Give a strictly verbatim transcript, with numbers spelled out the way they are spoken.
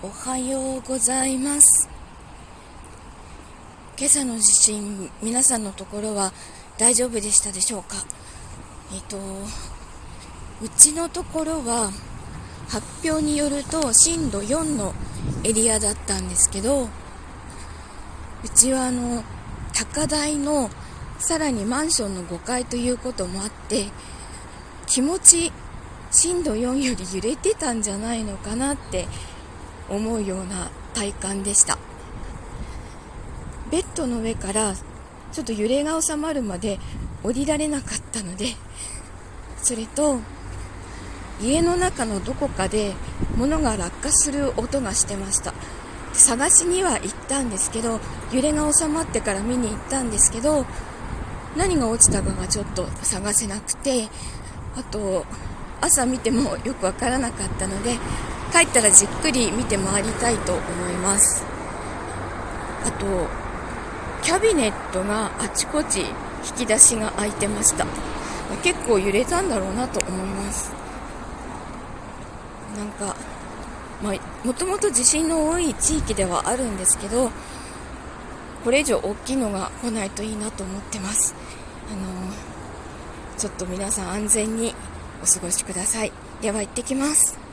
おはようございます。今朝の地震、皆さんのところは大丈夫でしたでしょうか。えっとうちのところは発表によると震度よんのエリアだったんですけど、うちはあの高台のさらにマンションのごかいということもあって、気持ち震度よんより揺れてたんじゃないのかなって思うような体感でした。ベッドの上からちょっと揺れが収まるまで降りられなかったので、それと家の中のどこかで物が落下する音がしてました。探しには行ったんですけど、揺れが収まってから見に行ったんですけど、何が落ちたかがちょっと探せなくて、あと朝見てもよくわからなかったので、帰ったらじっくり見て回りたいと思います。あとキャビネットがあちこち引き出しが開いてました。結構揺れたんだろうなと思います。なんかまあ、もともと地震の多い地域ではあるんですけど、これ以上大きいのが来ないといいなと思ってます。あのー、ちょっと皆さん安全にお過ごしください。では行ってきます。